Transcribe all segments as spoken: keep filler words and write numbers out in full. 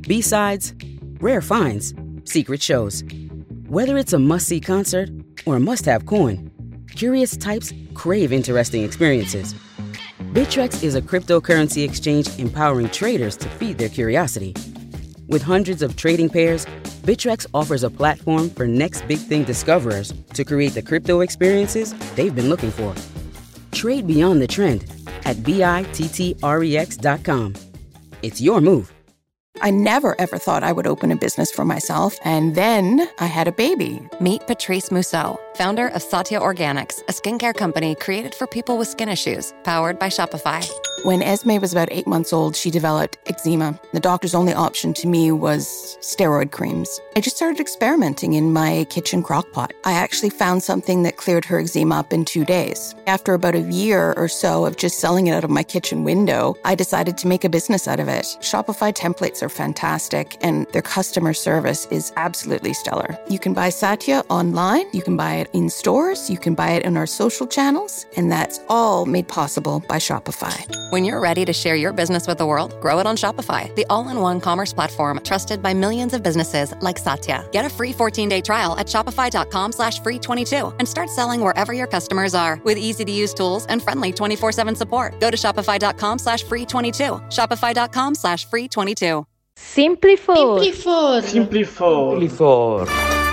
B-sides, rare finds, secret shows. Whether it's a must-see concert or a must-have coin, curious types crave interesting experiences. Bittrex is a cryptocurrency exchange empowering traders to feed their curiosity. With hundreds of trading pairs, Bittrex offers a platform for next big thing discoverers to create the crypto experiences they've been looking for. Trade beyond the trend at bittrex dot com. It's your move. I never, ever thought I would open a business for myself, and then I had a baby. Meet Patrice Mousseau, founder of Satya Organics, a skincare company created for people with skin issues, powered by Shopify. When Esme was about eight months old, she developed eczema. The doctor's only option to me was steroid creams. I just started experimenting in my kitchen crock pot. I actually found something that cleared her eczema up in two days. After about a year or so of just selling it out of my kitchen window, I decided to make a business out of it. Shopify templates are fantastic, and their customer service is absolutely stellar. You can buy Satya online, you can buy it in stores, you can buy it in our social channels, and that's all made possible by Shopify. When you're ready to share your business with the world, grow it on Shopify, the all-in-one commerce platform trusted by millions of businesses like Satya. Get a free fourteen-day trial at shopify.com slash free 22 and start selling wherever your customers are with easy-to-use tools and friendly twenty-four seven support. Go to shopify.com slash free 22. Shopify.com slash free 22. Simplifor. Simplifor. Simplifor. Simplifor.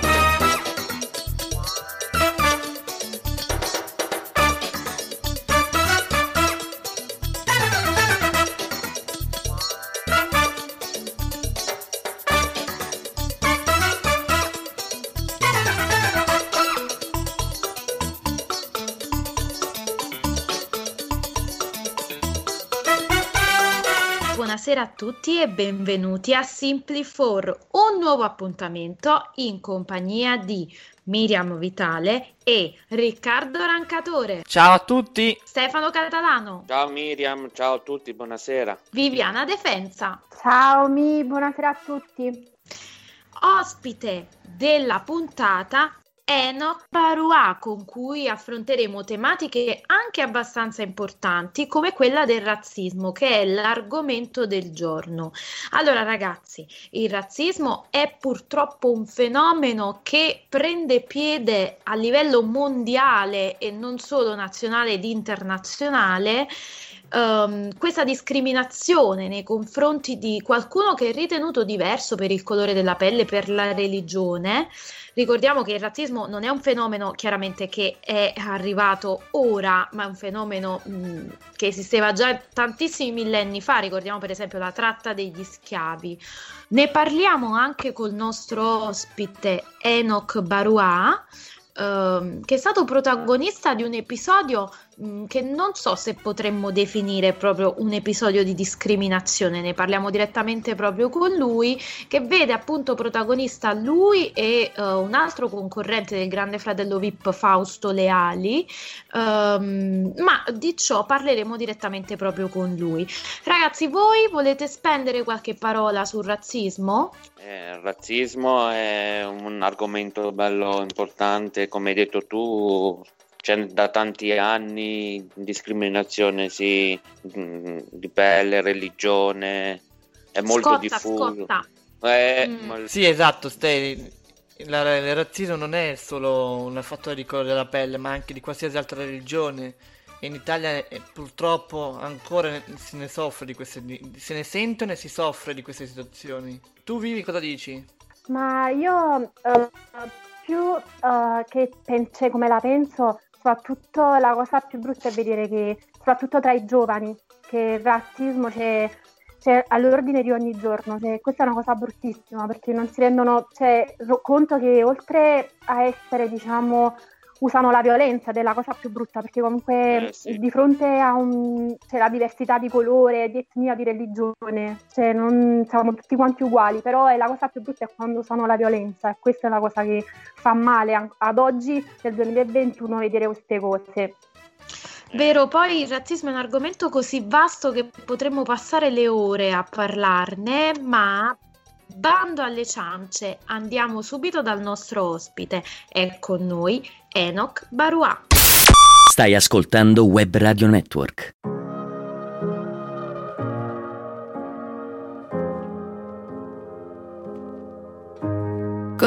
Buonasera a tutti e benvenuti a Simplifor, un nuovo appuntamento in compagnia di Miriam Vitale e Riccardo Rancatore. Ciao a tutti! Stefano Catalano. Ciao Miriam, ciao a tutti, buonasera. Viviana Defensa. Ciao Mi, buonasera a tutti. Ospite della puntata Enoch Barua, con cui affronteremo tematiche anche abbastanza importanti come quella del razzismo, che è l'argomento del giorno. Allora ragazzi, il razzismo è purtroppo un fenomeno che prende piede a livello mondiale e non solo nazionale ed internazionale. Um, questa discriminazione nei confronti di qualcuno che è ritenuto diverso per il colore della pelle, per la religione. Ricordiamo che il razzismo non è un fenomeno chiaramente che è arrivato ora, ma è un fenomeno mh, che esisteva già tantissimi millenni fa. Ricordiamo per esempio la tratta degli schiavi. Ne parliamo anche col nostro ospite Enoch Barua, Uh, che è stato protagonista di un episodio mh, che non so se potremmo definire proprio un episodio di discriminazione. Ne parliamo direttamente proprio con lui, che vede appunto protagonista lui e uh, un altro concorrente del Grande Fratello V I P, Fausto Leali, um, ma di ciò parleremo direttamente proprio con lui. Ragazzi, voi volete spendere qualche parola sul razzismo? Eh, il razzismo è un argomento bello importante, come hai detto tu, c'è da tanti anni discriminazione sì, di pelle, religione, è molto scotta, diffuso. Scotta. Eh, mm. ma... Sì, esatto, Ste, la, il razzismo non è solo un fattore di colore della pelle, ma anche di qualsiasi altra religione. In Italia eh, purtroppo ancora ne, se ne soffre di queste, se ne sentono e si soffre di queste situazioni. Tu Vivi, cosa dici? Ma io uh, più uh, che pense come la penso, soprattutto la cosa più brutta è vedere che soprattutto tra i giovani che il razzismo c'è, c'è all'ordine di ogni giorno. Cioè, questa è una cosa bruttissima perché non si rendono cioè, conto che oltre a essere diciamo usano la violenza ed è la cosa più brutta perché comunque eh, sì. di fronte a un, cioè, la diversità di colore, di etnia, di religione, cioè non siamo tutti quanti uguali, però è la cosa più brutta è quando usano la violenza e questa è la cosa che fa male ad oggi nel duemilaventuno vedere queste cose. Vero, poi il razzismo è un argomento così vasto che potremmo passare le ore a parlarne, ma bando alle ciance, andiamo subito dal nostro ospite. È con noi Enoch Barua. Stai ascoltando Web Radio Network.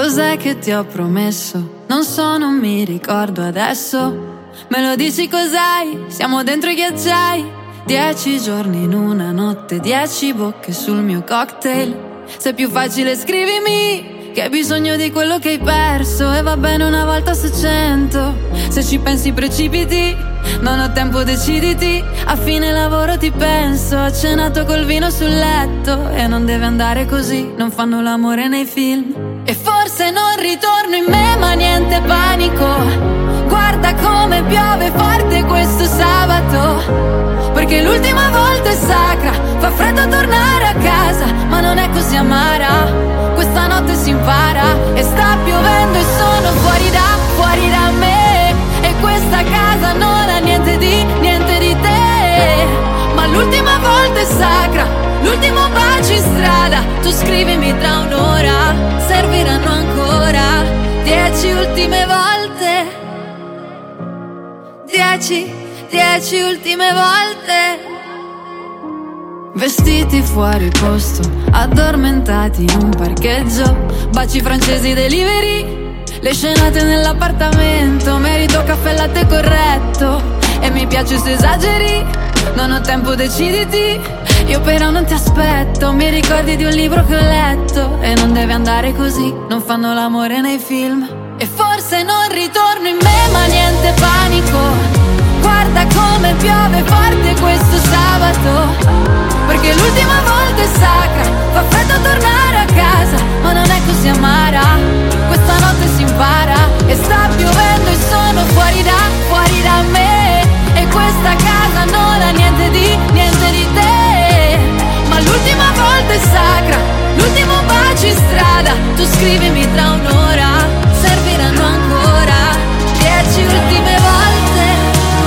cos'è che ti ho promesso? Non so, non mi ricordo adesso. Me lo dici cos'hai? Siamo dentro i ghiacciai. Dieci giorni in una notte, dieci bocche sul mio cocktail. Se è più facile scrivimi che hai bisogno di quello che hai perso. E va bene una volta su cento. Se ci pensi precipiti, non ho tempo, deciditi. A fine lavoro ti penso. Ho cenato col vino sul letto. E non deve andare così, non fanno l'amore nei film. E forse non ritorno in me, ma niente panico. Guarda come piove forte questo sabato, perché l'ultima volta è sacra. Fa freddo tornare a casa, ma non è così amara. Questa notte si impara. E sta piovendo e sono fuori da, fuori da me. E questa casa non ha niente di, niente di te. Ma l'ultima volta è sacra, l'ultimo bacio in strada. Tu scrivimi tra un'ora, serviranno ancora dieci ultime volte. Dieci, dieci ultime volte. Vestiti fuori posto, addormentati in un parcheggio. Baci francesi delivery, le scenate nell'appartamento. Merito caffè latte corretto. E mi piace se esageri, non ho tempo, deciditi. Io però non ti aspetto. Mi ricordi di un libro che ho letto. E non deve andare così, non fanno l'amore nei film. E forse non ritorno in me, ma niente panico. Guarda come piove forte questo sabato, perché l'ultima volta è sacra. Fa freddo tornare a casa, ma non è così amara. Questa notte si impara. E sta piovendo e sono fuori da, fuori da me. E questa casa non ha niente di, niente di te. Ma l'ultima volta è sacra, l'ultimo bacio in strada. Tu scrivimi tra un'ora, serviranno ancora dieci ultime volte.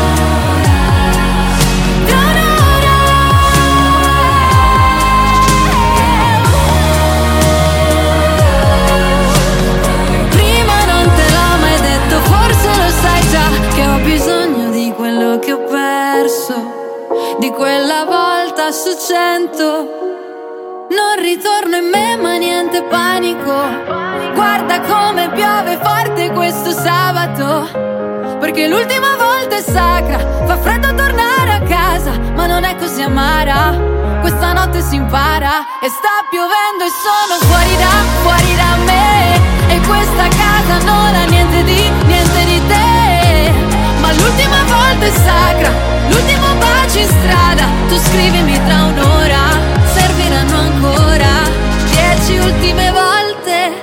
Prima non te l'ho mai detto, forse lo sai già, che ho bisogno di quello che ho perso, di quella volta su cento. Non ritorno in me, ma niente panico. Guarda come piove forte questo sabato, perché l'ultima volta è sacra. Fa freddo tornare a casa, ma non è così amara. Questa notte si impara. E sta piovendo e sono fuori da, fuori da me. E questa casa non ha niente di, niente di te. Ma l'ultima volta è sacra, l'ultimo bacio in strada. Tu scrivimi tra un'ora, serviranno ancora dieci ultime volte.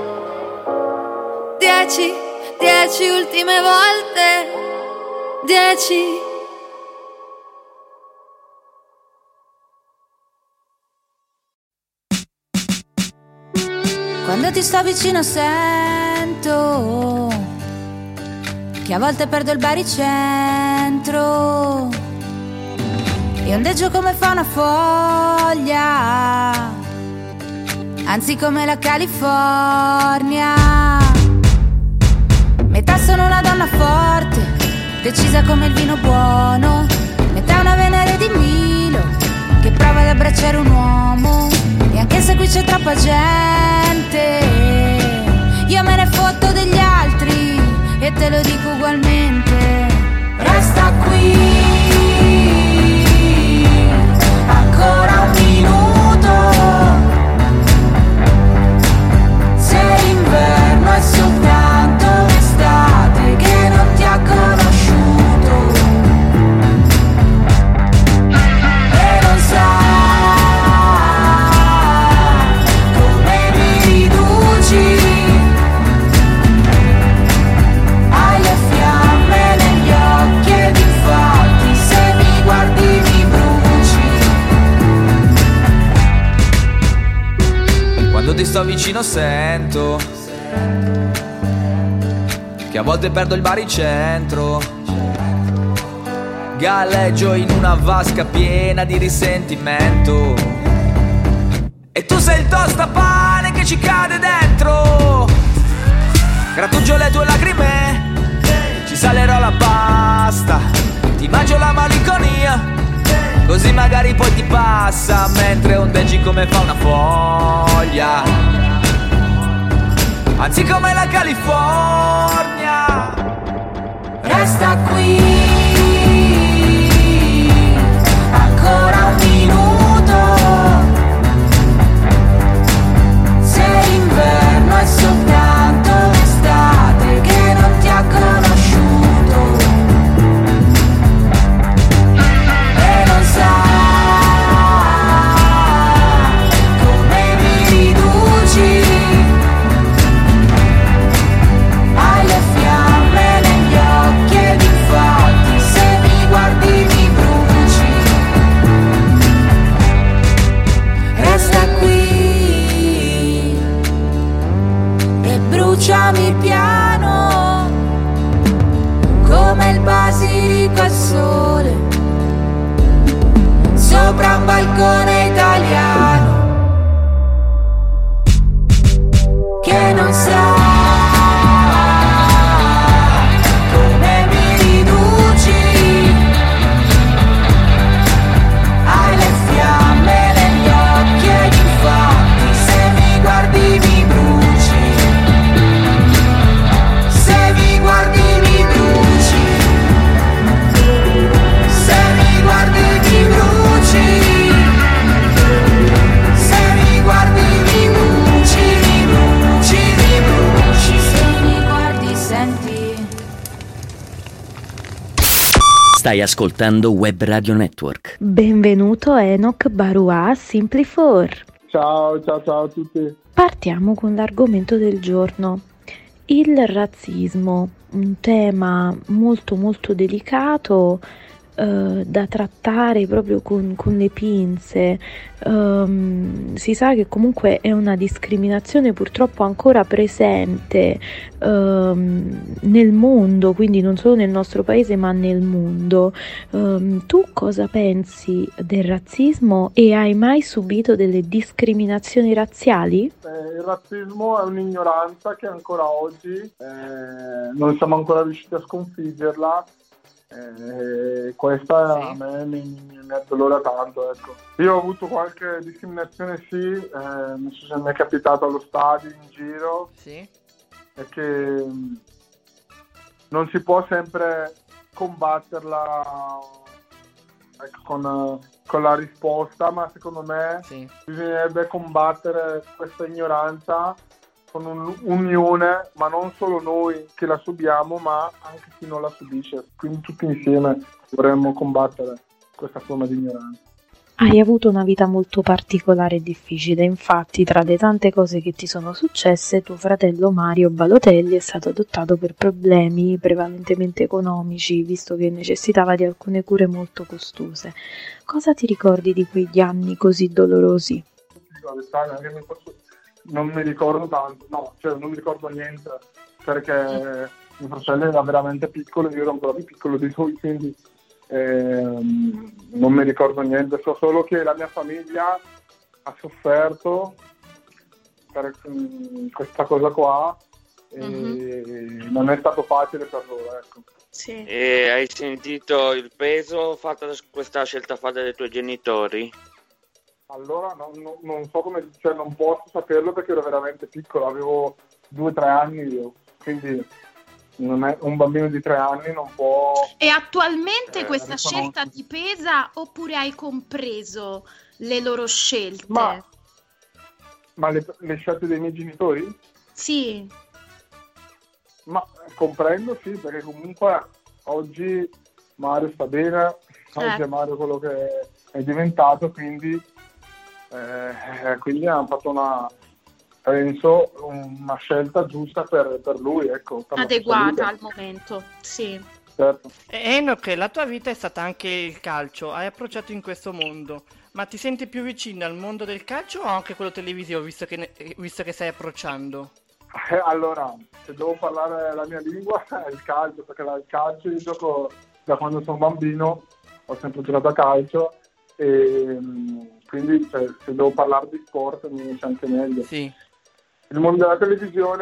Dieci, dieci ultime volte. Dieci. Quando ti sto vicino sento che a volte perdo il baricentro e ondeggio come fa una foglia, anzi come la California. Metà sono una donna forte, decisa come il vino buono. Metà una Venere di Milo che prova ad abbracciare un uomo. E anche se qui c'è troppa gente, io me ne fotto degli altri e te lo dico ugualmente. Resta qui ancora un minuto, se l'inverno è soltanto un'estate che non ti ha conosciuto e non sai come mi riduci. Hai le fiamme negli occhi ed infatti se mi guardi mi bruci. Quando ti sto vicino sento che a volte perdo il baricentro, galleggio in una vasca piena di risentimento e tu sei il tostapane che ci cade dentro. Grattugio le tue lacrime, ci salerò la pasta, ti mangio la malinconia, così magari poi ti passa, mentre ondeggi come fa una foglia. anzi come la California. Resta qui ancora un minuto, se l'inverno è soltanto l'estate che non ti ha conosciuto e non sai come mi riduci alle fiamme negli occhi ed infatti se mi guardi mi bruci. Resta qui e bruciami piano come il basilico al sole sopra un balcone italiano che non sa come mi riduci alle fiamme negli occhi ed infatti se mi guardi mi bruci, se mi guardi mi bruci, se mi guardi mi bruci, se mi guardi mi bruci, mi bruci, mi bruci, se mi guardi senti. Stai ascoltando Web Radio Network. Benvenuto Enoch Barua a Simply four. Ciao, ciao, ciao a tutti. Partiamo con l'argomento del giorno. Il razzismo, un tema molto molto delicato eh, da trattare proprio con, con le pinze. Um, si sa che comunque è una discriminazione purtroppo ancora presente um, nel mondo, quindi non solo nel nostro paese ma nel mondo. Um, tu cosa pensi del razzismo e hai mai subito delle discriminazioni razziali? Eh, il razzismo è un'ignoranza che ancora oggi eh, non siamo ancora riusciti a sconfiggerla. Eh, questa sì. A me mi, mi, mi addolora tanto, ecco. Io ho avuto qualche discriminazione, sì, eh, non so se mi è capitato allo stadio, in giro, sì. È che non si può sempre combatterla, ecco, con, con la risposta, ma secondo me sì. Bisognerebbe combattere questa ignoranza con un'unione, ma non solo noi che la subiamo, ma anche chi non la subisce. Quindi tutti insieme dovremmo combattere questa forma di ignoranza. Hai avuto una vita molto particolare e difficile, infatti tra le tante cose che ti sono successe, tuo fratello Mario Balotelli è stato adottato per problemi prevalentemente economici, visto che necessitava di alcune cure molto costose. Cosa ti ricordi di quegli anni così dolorosi? Non mi ricordo tanto, no, cioè non mi ricordo niente, perché mio fratello era veramente piccolo, io ero ancora più piccolo di lui, quindi ehm, non mi ricordo niente. So solo che la mia famiglia ha sofferto per mh, questa cosa qua e mm-hmm. non è stato facile per loro, ecco. Sì. E hai sentito il peso fatta da questa scelta fatta dai tuoi genitori? Allora no, no, non so come, cioè non posso saperlo perché ero veramente piccolo, avevo due o tre anni io, quindi non è, un bambino di tre anni non può... E attualmente eh, questa riconoscere. Scelta ti pesa oppure hai compreso le loro scelte? Ma, ma le, le scelte dei miei genitori? Sì. Ma comprendo, sì, perché comunque oggi Mario sta bene, oggi è Mario quello che è diventato, quindi... Eh, quindi hanno fatto una penso una scelta giusta per, per lui, ecco, per adeguata al momento, sì. Certo. Enoch, la tua vita è stata anche il calcio, hai approcciato in questo mondo, ma ti senti più vicino al mondo del calcio o anche quello televisivo, visto che, ne, visto che stai approcciando? Eh, allora, se devo parlare la mia lingua è il calcio, perché il calcio io gioco da quando sono bambino, ho sempre giocato a calcio e quindi cioè, se devo parlare di sport mi viene anche meglio. Sì. Il mondo della televisione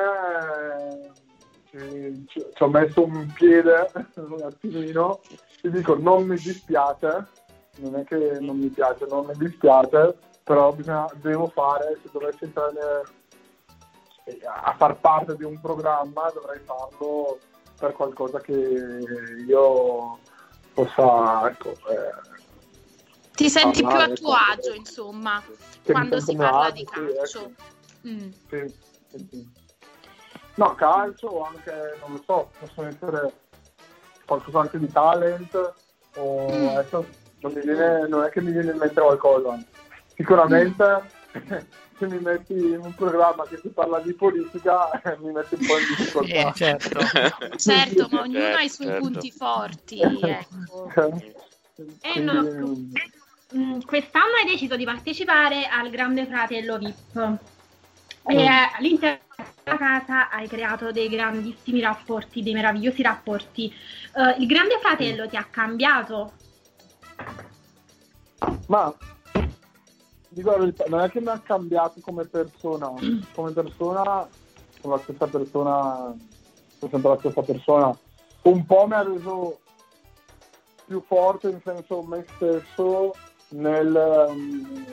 eh, ci, ci ho messo un piede un attimino, ti dico non mi dispiace, non è che non mi piace, non mi dispiace, però bisogna, devo fare, se dovessi entrare a far parte di un programma dovrei farlo per qualcosa che io possa, ecco, eh, ti senti parlare, più a tuo ecco, agio, insomma, che quando mi si sento parla agio, di sì, calcio. ecco. Mm. Sì, sì, sì. No, calcio o anche, non lo so, possono essere qualcosa anche di talent o Mm. adesso non, mi viene, non è che mi viene in mente qualcosa. Sicuramente mm. se mi metti in un programma che si parla di politica mi metti un po' in difficoltà. Eh, certo. Certo, ma ognuno Certo, ha i suoi certo. punti forti, ecco. Eh, no, Quindi, mm, quest'anno hai deciso di partecipare al Grande Fratello V I P e Mm. eh, all'interno della casa hai creato dei grandissimi rapporti, dei meravigliosi rapporti. Eh, il Grande Fratello ti ha cambiato? ma dico la verità, non è che mi ha cambiato come persona, come persona sono la stessa persona, sono sempre la stessa persona. Un po' mi ha reso più forte, in senso me stesso, nel, um,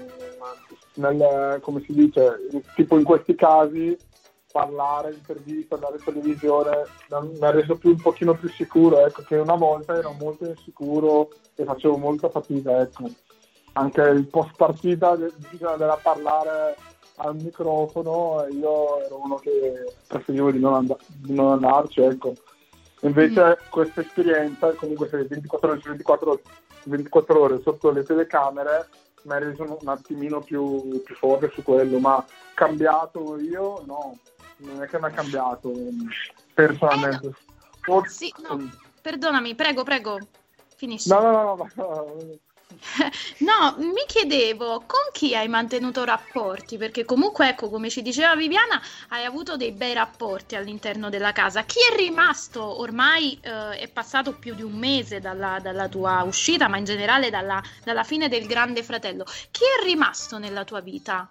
nel come si dice, tipo in questi casi parlare, intervista, andare in televisione, mi ha reso più un pochino più sicuro, ecco, che una volta ero molto insicuro e facevo molta fatica, ecco. Anche il post partita bisognava parlare al microfono e io ero uno che preferivo di non, and- di non andarci, ecco. Invece mm. questa esperienza, comunque sei ventiquattro ore su ventiquattro, ventiquattro ore sotto le telecamere, mi ha reso un attimino più, più forte su quello, ma cambiato io? No, non è che mi ha cambiato personalmente. Eh, no. Or- sì, no, perdonami, prego, prego, finisci. No, no, no, no, no. No, mi chiedevo con chi hai mantenuto rapporti, perché comunque, ecco, come ci diceva Viviana, hai avuto dei bei rapporti all'interno della casa. Chi è rimasto? Ormai eh, è passato più di un mese dalla, dalla tua uscita, ma in generale dalla, dalla fine del Grande Fratello. Chi è rimasto nella tua vita?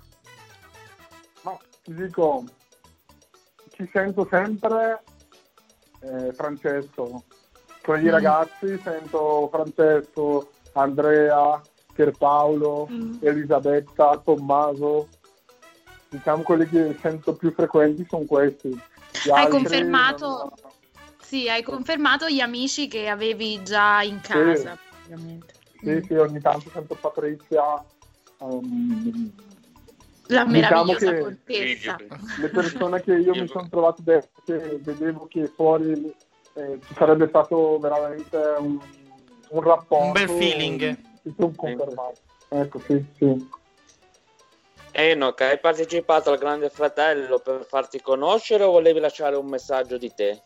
No, ti dico, ci sento sempre eh, Francesco. Con i mm. ragazzi sento Francesco, Andrea, Pierpaolo, mm. Elisabetta, Tommaso, diciamo quelli che sento più frequenti sono questi. Gli hai altri confermato, non... sì, hai confermato gli amici che avevi già in casa, sì. ovviamente. Sì, mm. sì, ogni tanto sento Patrizia, um, la meravigliosa diciamo contessa. Le persone che io mi sono trovato dentro, che vedevo che fuori eh, ci sarebbe stato veramente un un rapporto, un bel feeling, un confermato. Ecco, sì, sì. Enoch, hai partecipato al Grande Fratello per farti conoscere o volevi lasciare un messaggio di te?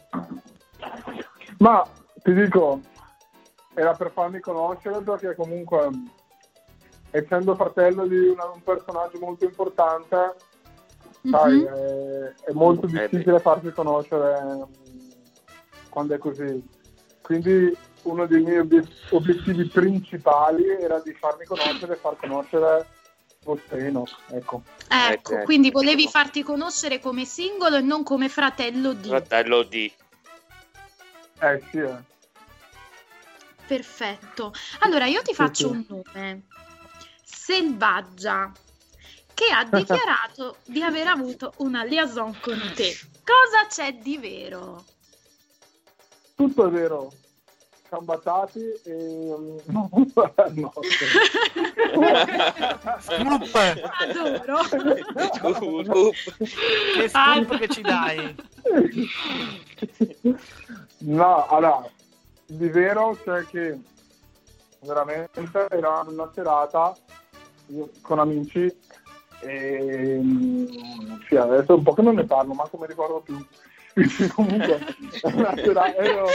Ma ti dico, era per farmi conoscere, perché comunque essendo fratello di una, un personaggio molto importante, mm-hmm. sai, è, è molto difficile farsi conoscere quando è così. Quindi uno dei miei obiettivi principali era di farmi conoscere e far conoscere Enoch, ecco. Ecco, eh, quindi volevi farti conoscere come singolo e non come fratello di. Fratello di. Eh sì, eh. Perfetto. Allora io ti faccio sì, sì. un nome. Selvaggia, che ha dichiarato di aver avuto una liaison con te. Cosa c'è di vero? Tutto è vero. Siamo baciati e no, no. Adoro. Che scoop che ci dai. No, allora, di vero c'è che veramente era una serata io, con amici e sì, adesso un po' che non ne parlo, ma come ricordo più. Comunque una serata, ero,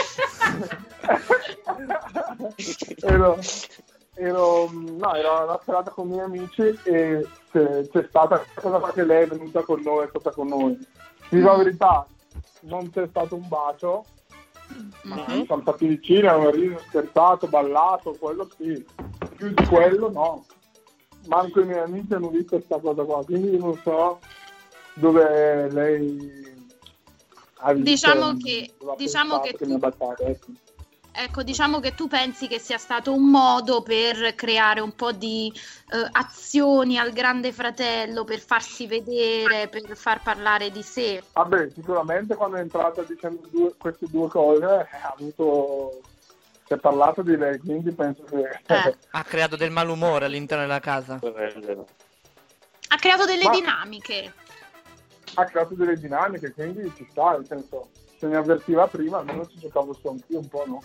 ero, ero no, era una serata con i miei amici e c'è, c'è stata cosa che lei è venuta con noi, è stata con noi. Dico la verità, non c'è stato un bacio, ma mm-hmm. siamo stati vicini, abbiamo riso, scherzato, ballato, quello sì, più di quello no. Manco i miei amici hanno visto questa cosa qua, quindi non so dove lei. Diciamo che diciamo che, che tu, battato, ecco. ecco, diciamo che tu pensi che sia stato un modo per creare un po' di eh, azioni al Grande Fratello, per farsi vedere, per far parlare di sé. Vabbè, sicuramente quando è entrata dicendo due, queste due cose ha avuto, si è parlato di lei, quindi penso che Eh. Ha creato del malumore all'interno della casa. Ha creato delle Ma- dinamiche. ha creato delle dinamiche, quindi ci sta, nel senso, se ne avvertiva prima, almeno ci giocavo su anch'io un po', no?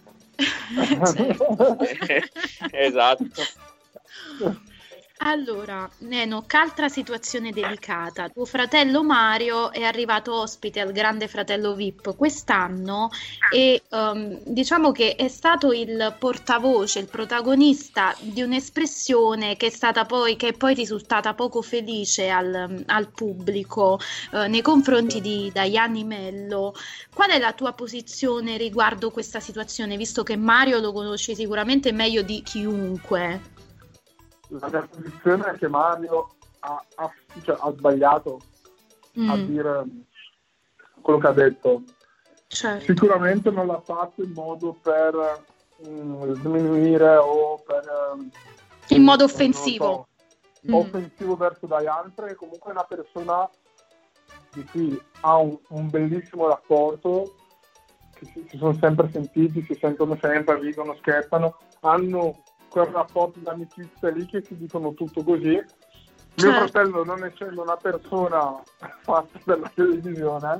Esatto. Allora, Nenok, altra situazione delicata. Tuo fratello Mario è arrivato ospite al Grande Fratello V I P quest'anno e ehm, diciamo che è stato il portavoce, il protagonista di un'espressione che è stata poi, che è poi risultata poco felice al, al pubblico eh, nei confronti di Daiani Mello. Qual è la tua posizione riguardo questa situazione, visto che Mario lo conosci sicuramente meglio di chiunque? La mia posizione è che Mario ha, ha, cioè, ha sbagliato Mm. a dire quello che ha detto. Certo. Sicuramente non l'ha fatto in modo per mm, sminuire o per... mm, In modo non lo offensivo. so, offensivo verso Diane, perché comunque è una persona di cui ha un, un bellissimo rapporto, che si, si sono sempre sentiti, si sentono sempre, ridono, scherzano, hanno quel rapporto di amicizia lì che si dicono tutto così. Mio Certo. fratello, non essendo una persona fatta per la televisione,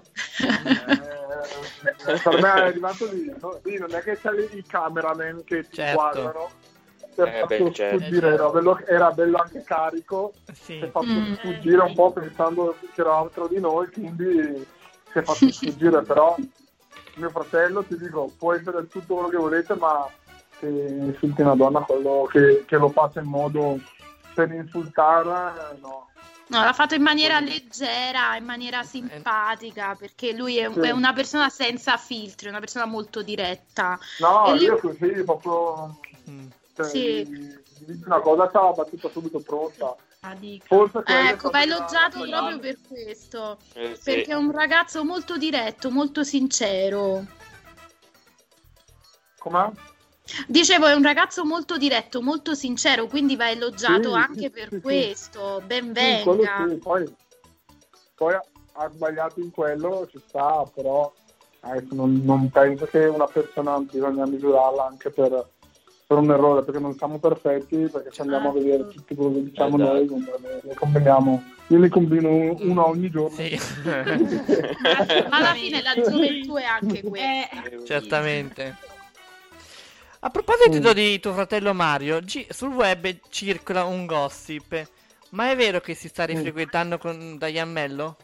eh, per me è arrivato lì, no? Lì non è che c'è lì i cameraman che ti Certo. guardano per Eh, farlo beh, certo. sfuggire, era bello, era bello anche carico, Sì. si è fatto Mm. sfuggire un po' pensando che era altro di noi, quindi si è fatto sfuggire. Però mio fratello, ti dico, può essere tutto quello che volete, ma se insulti una donna, quello che, che lo faccia in modo per insultarla, eh, no. No, l'ha fatto in maniera leggera, in maniera simpatica, perché lui è, Sì. è una persona senza filtri, una persona molto diretta. No, E lì- io così proprio, Mm. cioè, Sì. gli- gli dici una cosa, c'ha la battuta subito pronta. Ah, dica. Forse quello è Ecco, stato va la- elogiato la- proprio per questo, Eh, sì. perché è un ragazzo molto diretto, molto sincero. Com'è? Dicevo, è un ragazzo molto diretto, molto sincero, quindi va elogiato Sì, anche sì, per sì, sì. questo. Ben Sì, quello venga. sì, poi, poi ha- ha sbagliato in quello, ci sta, però adesso non, non penso che una persona bisogna misurarla anche per, per un errore, perché non siamo perfetti, perché se andiamo a vedere tutto quello che diciamo Esatto. noi, ne, ne combiniamo, io ne combino un- uno ogni giorno. Sì. Ma alla fine la gioventù è anche questa. Certamente. A proposito di tuo fratello Mario, gi- sul web circola un gossip. Ma è vero che si sta rifrequentando con Diane Mello?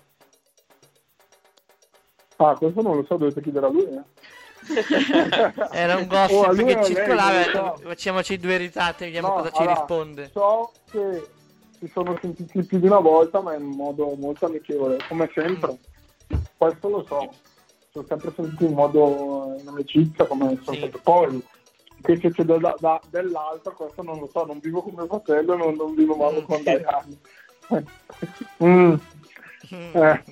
Ah, questo non lo so, dovete chiedere a lui. Eh. Era un O a gossip lui o che a lei, circolava. non lo so. Facciamoci due risate, vediamo No, cosa ci allora, risponde. So che si sono sentiti più di una volta, ma in modo molto amichevole, come sempre. Questo lo so. Si sono sempre sentiti in modo in amicizia, come sono Sì. sempre. Poi, che c'è c'è da, da, dell'altro, questo non lo so. Non vivo con mio fratello, non, non vivo mai Mm, con sì. Diane. Mm. Mm. Eh.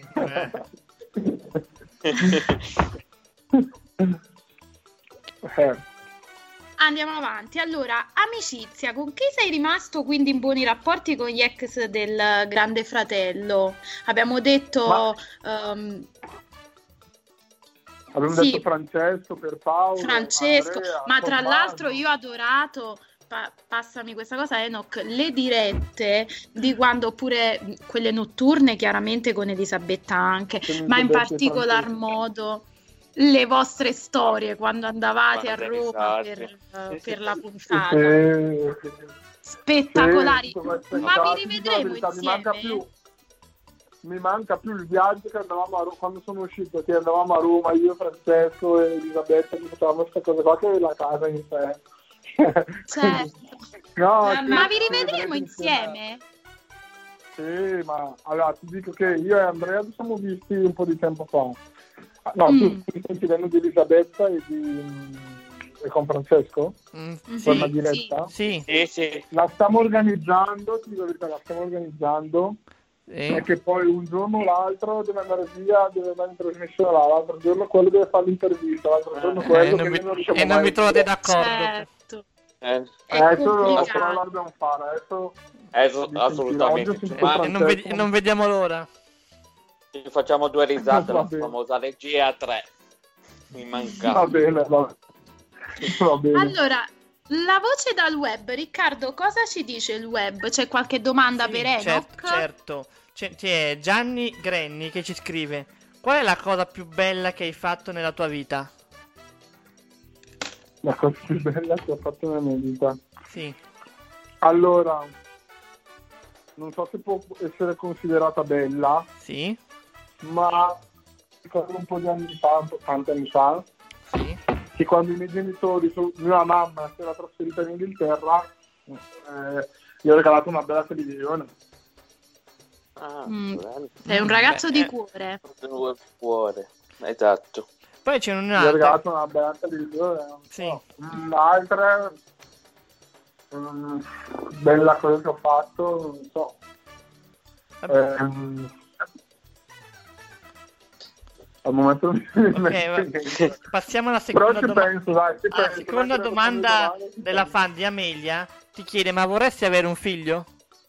Eh. Eh. Andiamo avanti. Allora, amicizia, con chi sei rimasto quindi in buoni rapporti con gli ex del Grande Fratello? Abbiamo detto ehm, Abbiamo Sì. detto Francesco, Pierpaolo, Francesco, Andrea, ma tra Tommaso. l'altro io ho adorato, pa- passami questa cosa Enoch, le dirette di quando, oppure quelle notturne chiaramente con Elisabetta anche, Con ma in Elisabetta e particolar Francesco. modo le vostre storie quando andavate a Quante Roma risate. per, eh, Sì, sì, per la sì. puntata. Sì, sì, sì. Spettacolari. Sì, tutto questo, Ma esatto, vi ti dico rivedremo la verità, mi manca insieme? più mi manca più il viaggio che andavamo a Roma quando sono uscito, che andavamo a Roma io, Francesco e Elisabetta, che facevamo queste cose qua, che la casa in sé. Certo. No, Ma, sì, ma vi sì, rivedremo vedrete insieme? Sì, ma allora ti dico che io e Andrea ci siamo visti un po' di tempo fa. Ah, No, Mm. tu stai chiedendo di Elisabetta e di e con Francesco? Mm, Per una sì, diretta? sì. Sì, sì. La stiamo organizzando, ti dico la verità, la stiamo organizzando Sì. è che poi un giorno o l'altro deve andare via, deve andare in trasmissione là, l'altro giorno quello deve fare l'intervista, l'altro giorno quello Eh, non che vi- noi non riusciamo e non mai vi a trovate dire. d'accordo. Certo. Eh, È Eh, adesso complicato. però la dobbiamo fare, adesso adesso- di assolutamente. sentire. Oggi ho Ma sentito E non, vedi- Francesco. non vediamo l'ora. ci facciamo due risate, Va la bene. famosa regia a tre. Mi Va mancava. bene, va, va bene. Allora, la voce dal web, Riccardo, cosa ci dice il web? C'è qualche domanda Sì, per Enoch? cer- certo. C'è, c'è Gianni Grenni che ci scrive: qual è la cosa più bella che hai fatto nella tua vita? La cosa più bella che ho fatto nella mia vita. Sì. Allora, non so se può essere considerata bella, Sì. ma ricordo un po' di anni fa, un po' tanti anni fa, Sì. che quando i miei genitori, su- mia mamma si era trasferita in Inghilterra, eh, gli ho regalato una bella televisione. Ah, Mm. bello. Sei un ragazzo Beh, di eh. cuore. Due cuore. Esatto. Poi c'è Gli ho un'altra. regalato una bella televisione. non Sì. so. Mm, Altre, mm, bella cosa che ho fatto, non so. Vabbè. Ehm, al momento non mi viene in mente va- niente. Passiamo alla Però seconda ci domanda. penso, dai, ci La penso. seconda mentre domanda faccio le domande, ci della penso. fan di Amelia ti chiede: ma vorresti avere un figlio?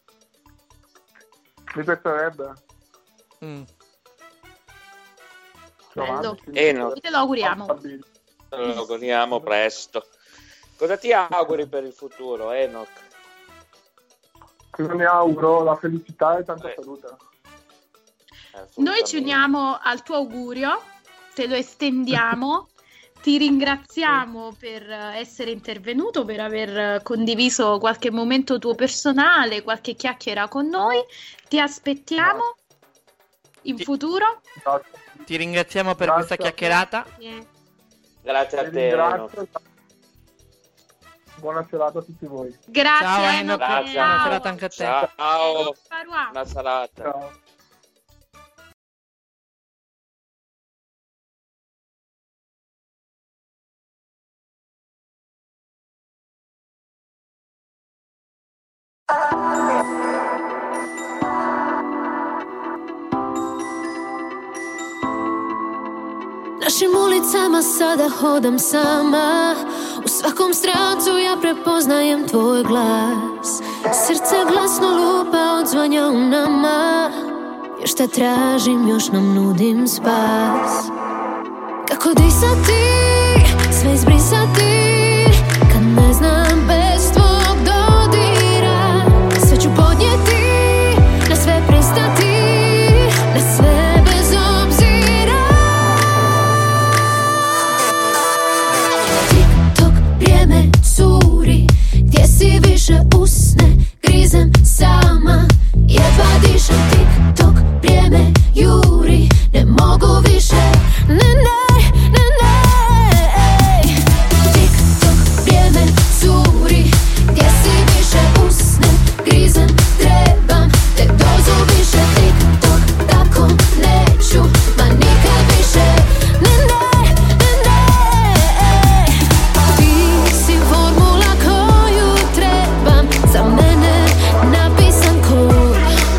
Mi piacerebbe. Mm. Bello. E no, Te lo auguriamo. lo auguriamo presto. Cosa ti auguri per il futuro, Enoch? Cosa mi auguro? La felicità e tanta Eh. salute. Noi ci uniamo al tuo augurio, te lo estendiamo, ti ringraziamo per essere intervenuto, per aver condiviso qualche momento tuo personale, qualche chiacchiera con noi. Ti aspettiamo in Ti- futuro. Grazie. Ti ringraziamo per Grazie questa a te. chiacchierata. Eh, Grazie a Vi te, Enoch. ringrazio. Buona serata a tutti voi. Grazie, Ciao, Enoch. Enoch. Grazie. Buona Ciao. serata anche a te. Ciao. Parua. Buona serata. Ciao. Našim ulicama sada hodam sama, u svakom stracu ja prepoznajem tvoj glas. Srce glasno lupa, odzvanja u nama, jer šta tražim još nam nudim spas. Kako disati, sve izbrisati, kad ne znam bez tvog dodira. Sve ću podnijeti, na sve pristati, na sve bez obzira. Tik-tok, vrijeme curi, gdje si više usne, grizem sama, jedva dišem. Tik-tok, vrijeme juri, ne mogu više, ne, ne, ne, ne. Tik-tok, vrijeme curi, gdje si više usne, grizem, trebam te dozu više. Tik-tok, tako neću, ma nikad više, ne, ne, ne, ne. Ti si formula koju trebam, za mene napisan kod,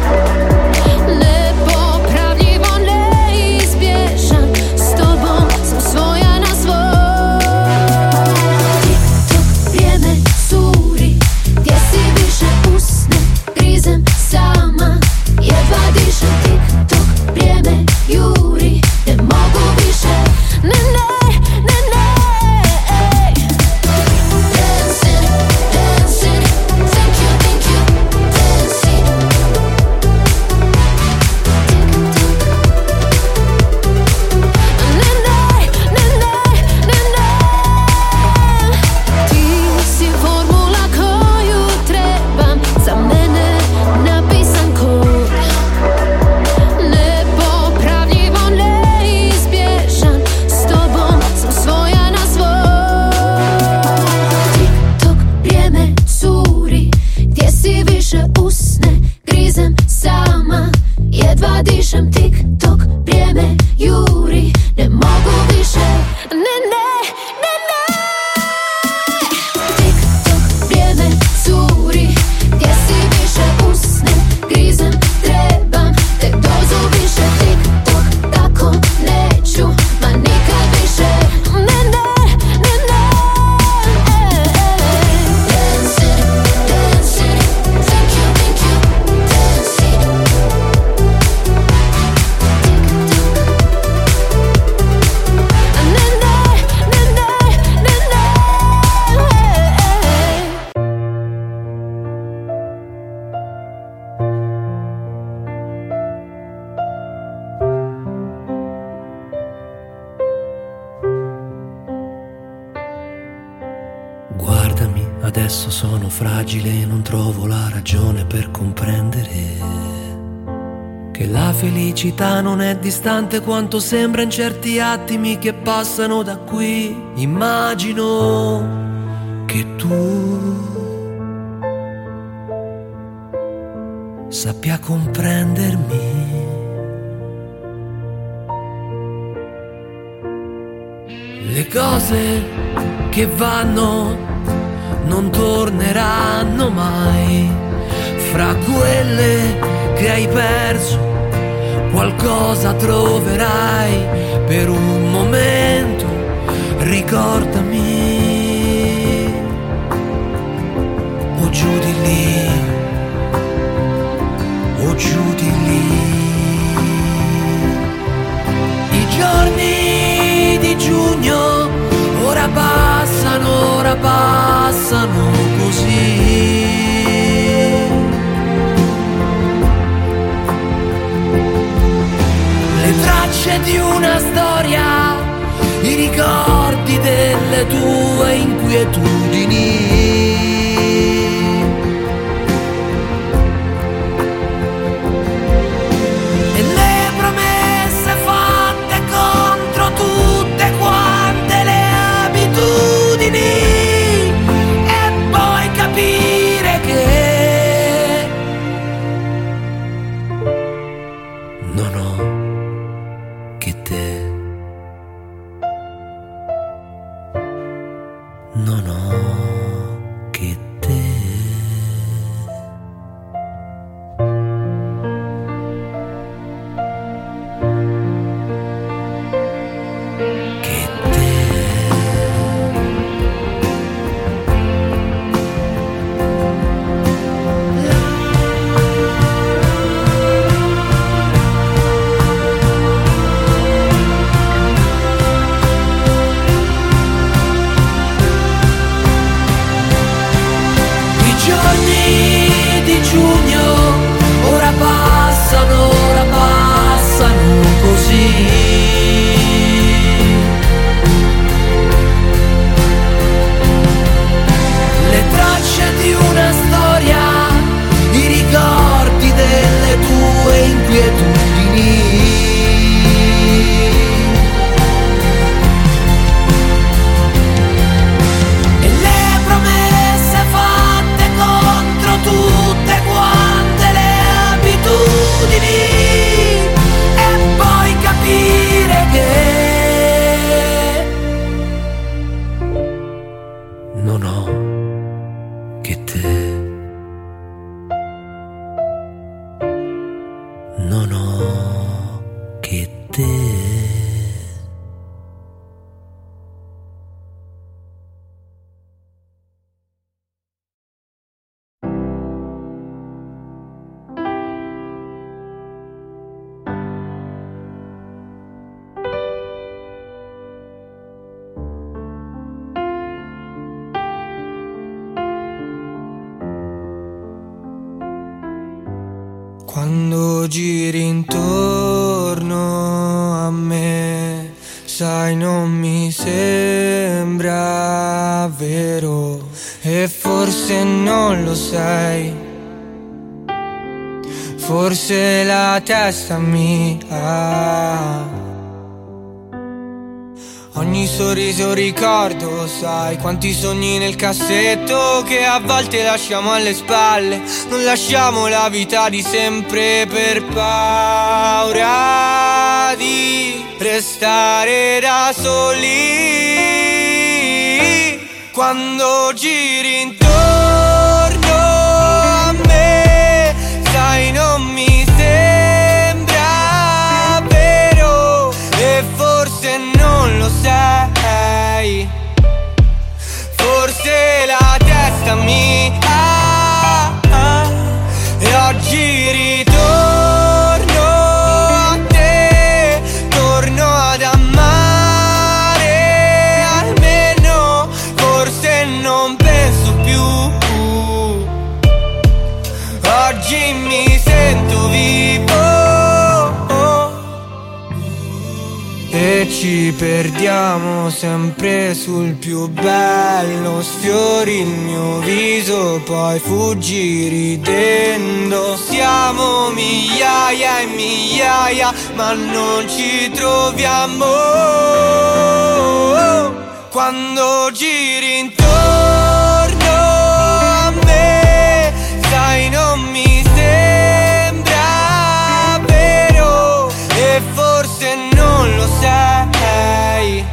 nepopravljivo, neizbježan, s tobom sam svoja na svoj. Tik-tok, vrijeme curi, gdje si više usne, grizem sama, jedva dišem. Tik-tok, vrijeme juri, ne mogu više, ne, ne, ne, ne. Dancing, dancing, thank you, thank you, dancing. Ne, ne, ne, ne, ne, ne. Ti si formula koju trebam, za mene napisan kod, nepopravljivo, neizbježan, s tobom sam svoja na svoj. Tik-tok, vrijeme curi, gdje si više usne, grizem sama, jedva dišem. Tik-tok, vrijeme juri, ne mogu više, ne, ne, ne, ne. Tik-tok, vrijeme curi, gdje si više usne, grizem, trebam adesso sono fragile e non trovo la ragione per comprendere che la felicità non è distante quanto sembra in certi attimi che passano da qui. Immagino che tu sappia comprendermi. Le cose che vanno non torneranno mai. Fra quelle che hai perso qualcosa troverai. Per un momento ricordami, o giù di lì, o giù di lì. I giorni di giugno ora passano, ora passano così. Le tracce di una storia, i ricordi delle tue inquietudini. E le promesse fatte contro tutte quante le abitudini. E poi capire che non ho che te. Non ho che te. Che te. I giorni di giugno ora passano, ora passano così. Le tracce di una storia, i ricordi delle tue inquietudini. E le promesse fatte contro tutte quante le abitudini. E poi capire che non ho che te. Non ho che te. Quando giri intorno a me, sai, non mi sembra vero, e forse non lo sei. Forse la testa mia. Ogni sorriso ricordo, sai, quanti sogni nel cassetto che a volte lasciamo alle spalle. Non lasciamo la vita di sempre per paura di restare da soli. Quando giri intorno a me, sai, non mi sembra vero, e forse non lo sei. Forse la testa mia. E oggi ritorno a te, torno ad amare, almeno forse non penso più ci perdiamo sempre sul più bello. Sfiori il mio viso, poi fuggi ridendo. Siamo migliaia e migliaia, ma non ci troviamo. Quando giri intorno a me, sai non mi sembra vero, e forse non lo sei.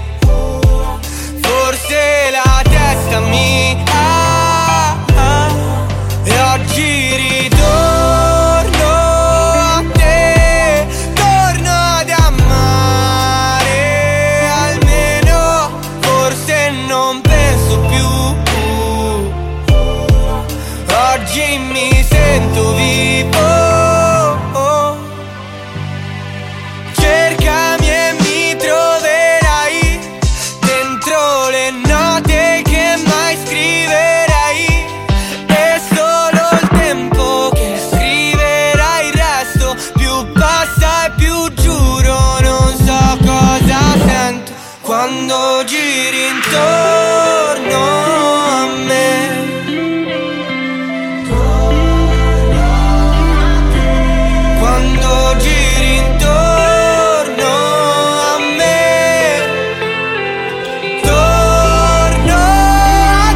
Forse la testa mi ha, ha, e oggi ritorno a te, torno ad amare, almeno forse non penso più. Oggi mi sento vivo. Cercami e mi troverai dentro le note che mai scriverai. È solo il tempo che scriverà il resto. Più passa e più giuro non so cosa sento. Quando giri intorno a me, quando giri intorno a me, torno a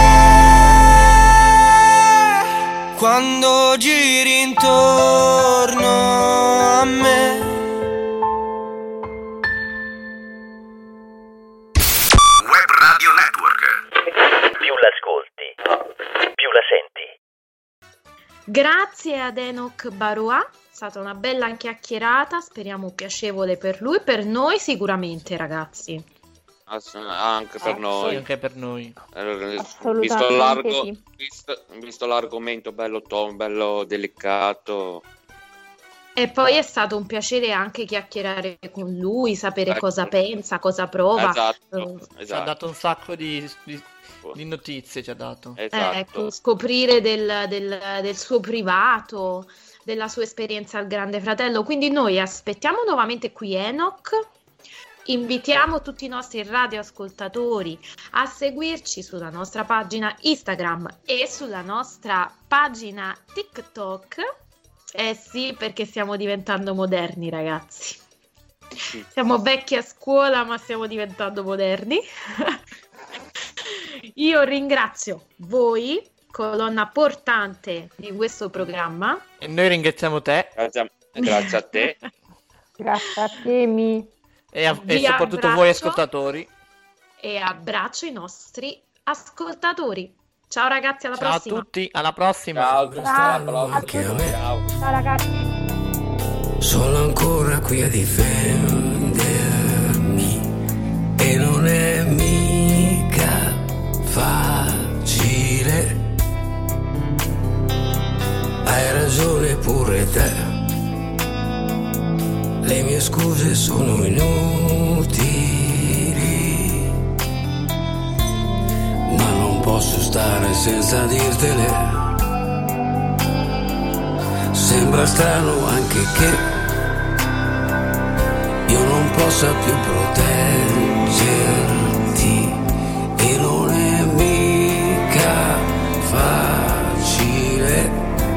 te. Quando giri intorno a me. Web Radio Network. Più l'ascolti, più la senti. Grazie ad Enoch Barois, è stata una bella chiacchierata, speriamo piacevole per lui, per noi sicuramente, ragazzi. Ass- anche per Sì, noi. anche per noi. Eh, Assolutamente Visto, l'argo- sì. visto, visto l'argomento bello tom, bello delicato. E poi è stato un piacere anche chiacchierare con lui, sapere Ecco. cosa pensa, cosa prova. Esatto, Eh, Ci ha esatto, dato un sacco di, di, di notizie, ci ha dato. Eh, esatto. ecco, scoprire del, del- del suo privato, della sua esperienza al Grande Fratello. Quindi noi aspettiamo nuovamente qui Enoch, invitiamo tutti i nostri radioascoltatori a seguirci sulla nostra pagina Instagram e sulla nostra pagina TikTok. Eh sì, perché stiamo diventando moderni, ragazzi. Siamo vecchi a scuola, ma stiamo diventando moderni. Io ringrazio voi, colonna portante di questo programma. E noi ringraziamo te. Grazie a, grazie a te. Grazie a te, mi. E, a- e Vi soprattutto abbraccio. voi ascoltatori. E abbraccio i nostri ascoltatori. Ciao ragazzi, alla Ciao prossima. a tutti, alla prossima. Ciao, Ciao. Anche a me. Ciao. Ciao ragazzi. Sono ancora qui a difendermi e non è mica facile. Hai ragione pure te. Le mie scuse sono inutili, ma non posso stare senza dirtele. Sembra strano anche che io non possa più proteggerti e non è mica facile.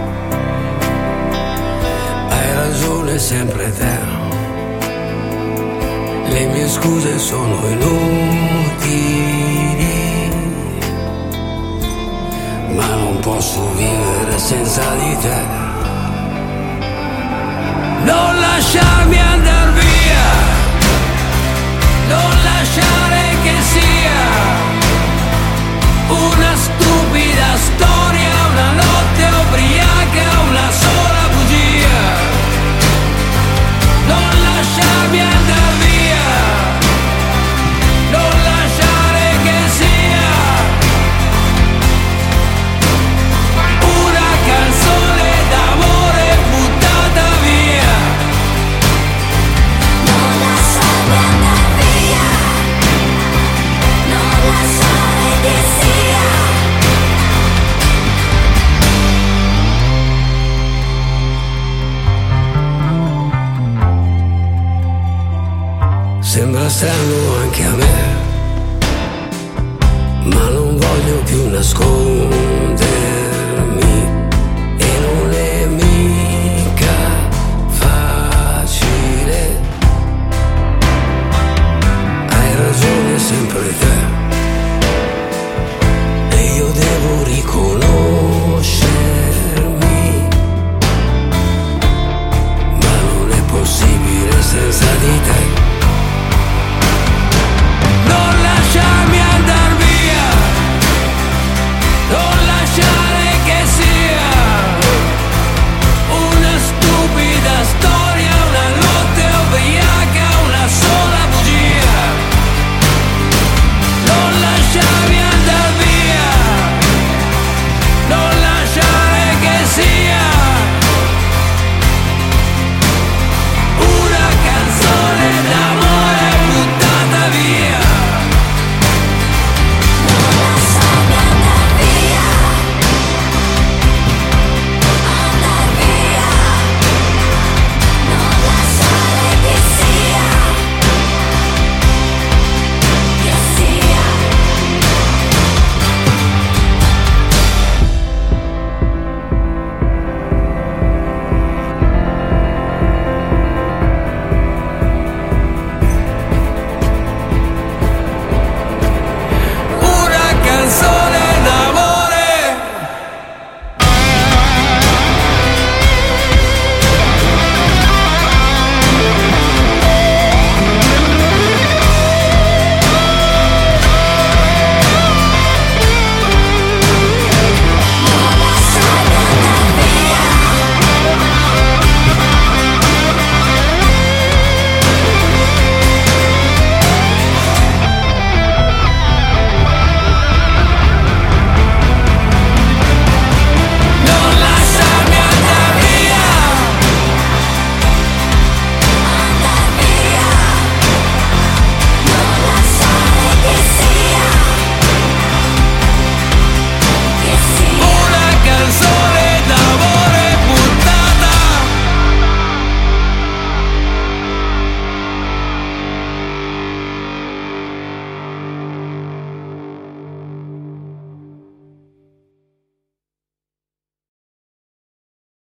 Hai ragione sempre te. Le mie scuse sono inutili, ma non posso vivere senza di te. Non lasciarmi andar via, non lasciare che sia una stupida storia, una notte ubriaca, una sola bugia. Non lasciarmi andar via, non lasciare che sia una canzone d'amore buttata via. Non lasciarmi andar via. Sembra strano anche a me, ma non voglio più nascondere